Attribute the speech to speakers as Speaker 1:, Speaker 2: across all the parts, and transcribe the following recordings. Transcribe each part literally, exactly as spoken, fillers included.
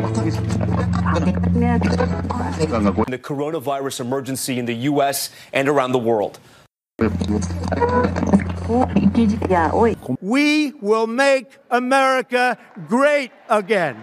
Speaker 1: The coronavirus emergency in the U S and around the world.
Speaker 2: We will make America great again.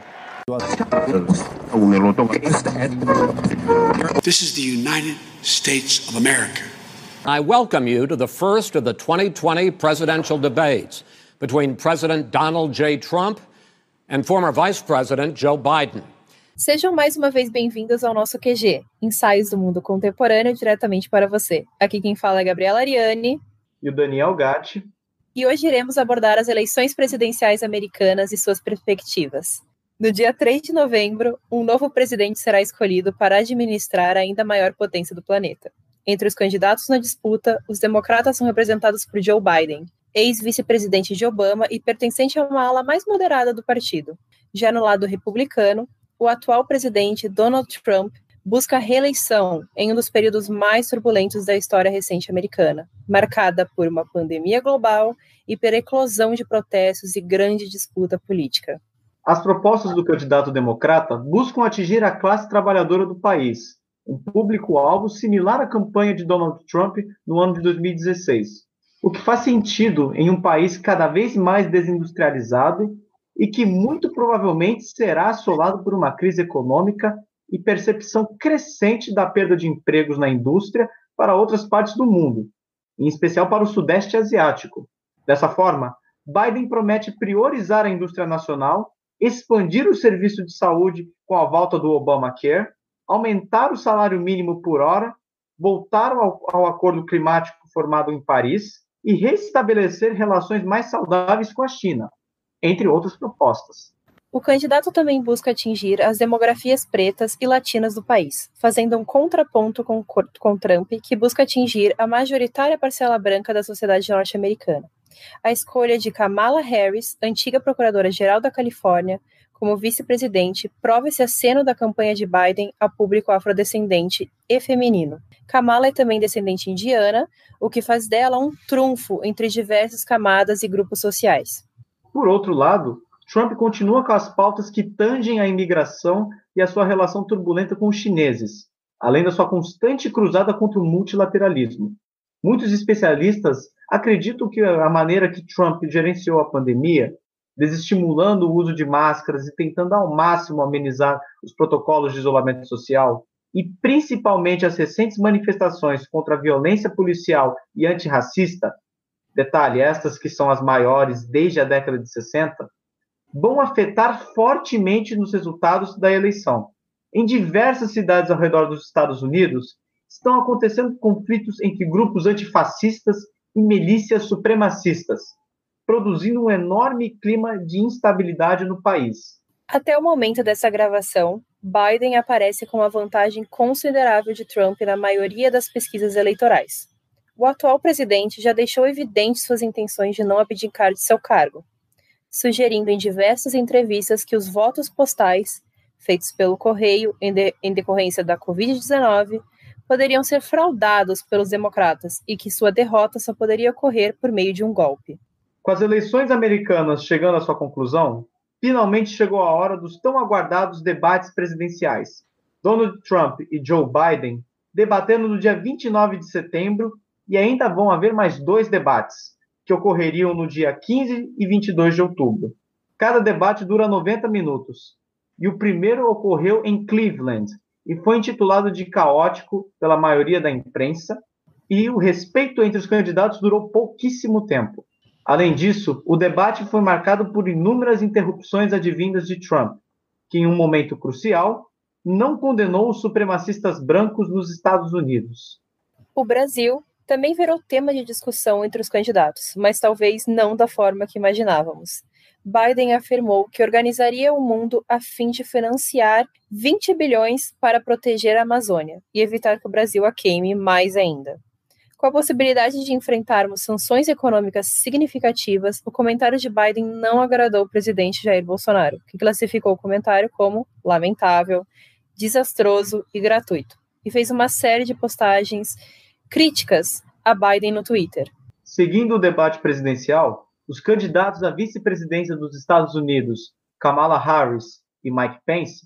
Speaker 3: This is the United States of America.
Speaker 4: I welcome you to the first of the twenty twenty presidential debates between President Donald J. Trump and former Vice President Joe Biden.
Speaker 5: Sejam mais uma vez bem-vindos ao nosso Q G, Ensaios do Mundo Contemporâneo diretamente para você. Aqui quem fala é a Gabriela Ariane
Speaker 6: e o Daniel Gatti.
Speaker 5: E hoje iremos abordar as eleições presidenciais americanas e suas perspectivas. No dia três de novembro, um novo presidente será escolhido para administrar a ainda maior potência do planeta. Entre os candidatos na disputa, os democratas são representados por Joe Biden, ex-vice-presidente de Obama e pertencente a uma ala mais moderada do partido. Já no lado republicano, o atual presidente Donald Trump busca a reeleição em um dos períodos mais turbulentos da história recente americana, marcada por uma pandemia global e pela eclosão de protestos e grande disputa política.
Speaker 6: As propostas do candidato democrata buscam atingir a classe trabalhadora do país, um público-alvo similar à campanha de Donald Trump no ano de dois mil e dezesseis, o que faz sentido em um país cada vez mais desindustrializado e que muito provavelmente será assolado por uma crise econômica e percepção crescente da perda de empregos na indústria para outras partes do mundo, em especial para o Sudeste Asiático. Dessa forma, Biden promete priorizar a indústria nacional, expandir o serviço de saúde com a volta do Obamacare, aumentar o salário mínimo por hora, voltar ao, ao acordo climático formado em Paris e restabelecer relações mais saudáveis com a China, entre outras propostas.
Speaker 5: O candidato também busca atingir as demografias pretas e latinas do país, fazendo um contraponto com, com Trump, que busca atingir a majoritária parcela branca da sociedade norte-americana. A escolha de Kamala Harris, antiga procuradora-geral da Califórnia, como vice-presidente, prova esse aceno da campanha de Biden a público afrodescendente e feminino. Kamala é também descendente indiana, o que faz dela um trunfo entre diversas camadas e grupos sociais.
Speaker 6: Por outro lado, Trump continua com as pautas que tangem a imigração e a sua relação turbulenta com os chineses, além da sua constante cruzada contra o multilateralismo. Muitos especialistas acreditam que a maneira que Trump gerenciou a pandemia, desestimulando o uso de máscaras e tentando ao máximo amenizar os protocolos de isolamento social, e principalmente as recentes manifestações contra a violência policial e antirracista, detalhe, estas que são as maiores desde a década de sessenta, vão afetar fortemente nos resultados da eleição. Em diversas cidades ao redor dos Estados Unidos, estão acontecendo conflitos entre grupos antifascistas e milícias supremacistas, produzindo um enorme clima de instabilidade no país.
Speaker 5: Até o momento dessa gravação, Biden aparece com uma vantagem considerável de Trump na maioria das pesquisas eleitorais. O atual presidente já deixou evidente suas intenções de não abdicar de seu cargo, sugerindo em diversas entrevistas que os votos postais, feitos pelo correio em, de, em decorrência da covid dezenove, poderiam ser fraudados pelos democratas e que sua derrota só poderia ocorrer por meio de um golpe.
Speaker 6: Com as eleições americanas chegando à sua conclusão, finalmente chegou a hora dos tão aguardados debates presidenciais. Donald Trump e Joe Biden debatendo no dia vinte e nove de setembro e ainda vão haver mais dois debates, que ocorreriam no dia quinze e vinte e dois de outubro. Cada debate dura noventa minutos, e o primeiro ocorreu em Cleveland, e foi intitulado de caótico pela maioria da imprensa, e o respeito entre os candidatos durou pouquíssimo tempo. Além disso, o debate foi marcado por inúmeras interrupções advindas de Trump, que em um momento crucial não condenou os supremacistas brancos nos Estados Unidos.
Speaker 5: O Brasil também virou tema de discussão entre os candidatos, mas talvez não da forma que imaginávamos. Biden afirmou que organizaria o mundo a fim de financiar vinte bilhões para proteger a Amazônia e evitar que o Brasil a queime mais ainda. Com a possibilidade de enfrentarmos sanções econômicas significativas, o comentário de Biden não agradou o presidente Jair Bolsonaro, que classificou o comentário como lamentável, desastroso e gratuito, e fez uma série de postagens críticas a Biden no Twitter.
Speaker 6: Seguindo o debate presidencial, os candidatos à vice-presidência dos Estados Unidos, Kamala Harris e Mike Pence,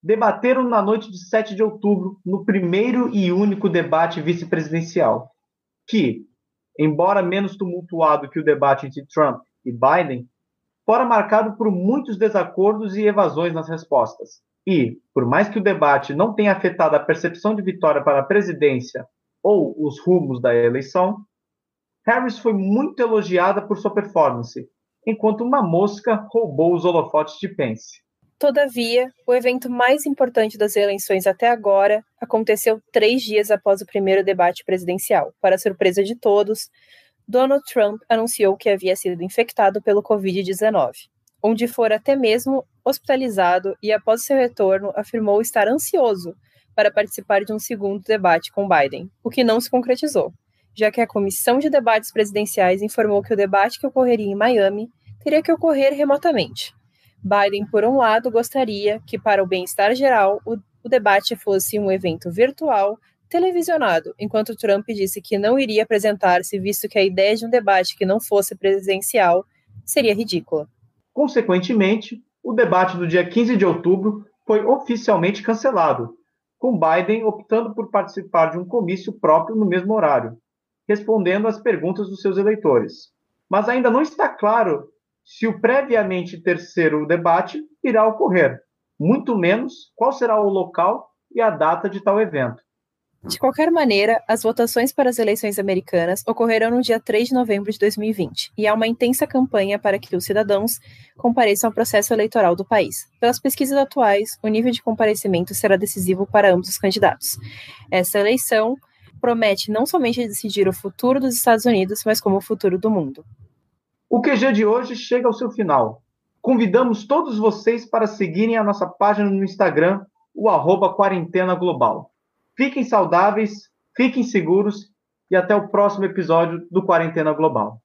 Speaker 6: debateram na noite de sete de outubro, no primeiro e único debate vice-presidencial, que, embora menos tumultuado que o debate entre Trump e Biden, fora marcado por muitos desacordos e evasões nas respostas. E, por mais que o debate não tenha afetado a percepção de vitória para a presidência ou os rumos da eleição, Harris foi muito elogiada por sua performance, enquanto uma mosca roubou os holofotes de Pence.
Speaker 5: Todavia, o evento mais importante das eleições até agora aconteceu três dias após o primeiro debate presidencial. Para surpresa de todos, Donald Trump anunciou que havia sido infectado pelo covid dezenove, onde fora até mesmo hospitalizado e, após seu retorno, afirmou estar ansioso para participar de um segundo debate com Biden, o que não se concretizou, já que a Comissão de Debates Presidenciais informou que o debate que ocorreria em Miami teria que ocorrer remotamente. Biden, por um lado, gostaria que, para o bem-estar geral, o, o debate fosse um evento virtual, televisionado, enquanto Trump disse que não iria apresentar-se, visto que a ideia de um debate que não fosse presencial seria ridícula.
Speaker 6: Consequentemente, o debate do dia quinze de outubro foi oficialmente cancelado, com Biden optando por participar de um comício próprio no mesmo horário, respondendo às perguntas dos seus eleitores. Mas ainda não está claro se o previamente terceiro debate irá ocorrer, muito menos qual será o local e a data de tal evento.
Speaker 5: De qualquer maneira, as votações para as eleições americanas ocorrerão no dia três de novembro de dois mil e vinte, e há uma intensa campanha para que os cidadãos compareçam ao processo eleitoral do país. Pelas pesquisas atuais, o nível de comparecimento será decisivo para ambos os candidatos. Essa eleição promete não somente decidir o futuro dos Estados Unidos, mas como o futuro do mundo.
Speaker 6: O Q G de hoje chega ao seu final. Convidamos todos vocês para seguirem a nossa página no Instagram, o arroba Quarentena Global. Fiquem saudáveis, fiquem seguros e até o próximo episódio do Quarentena Global.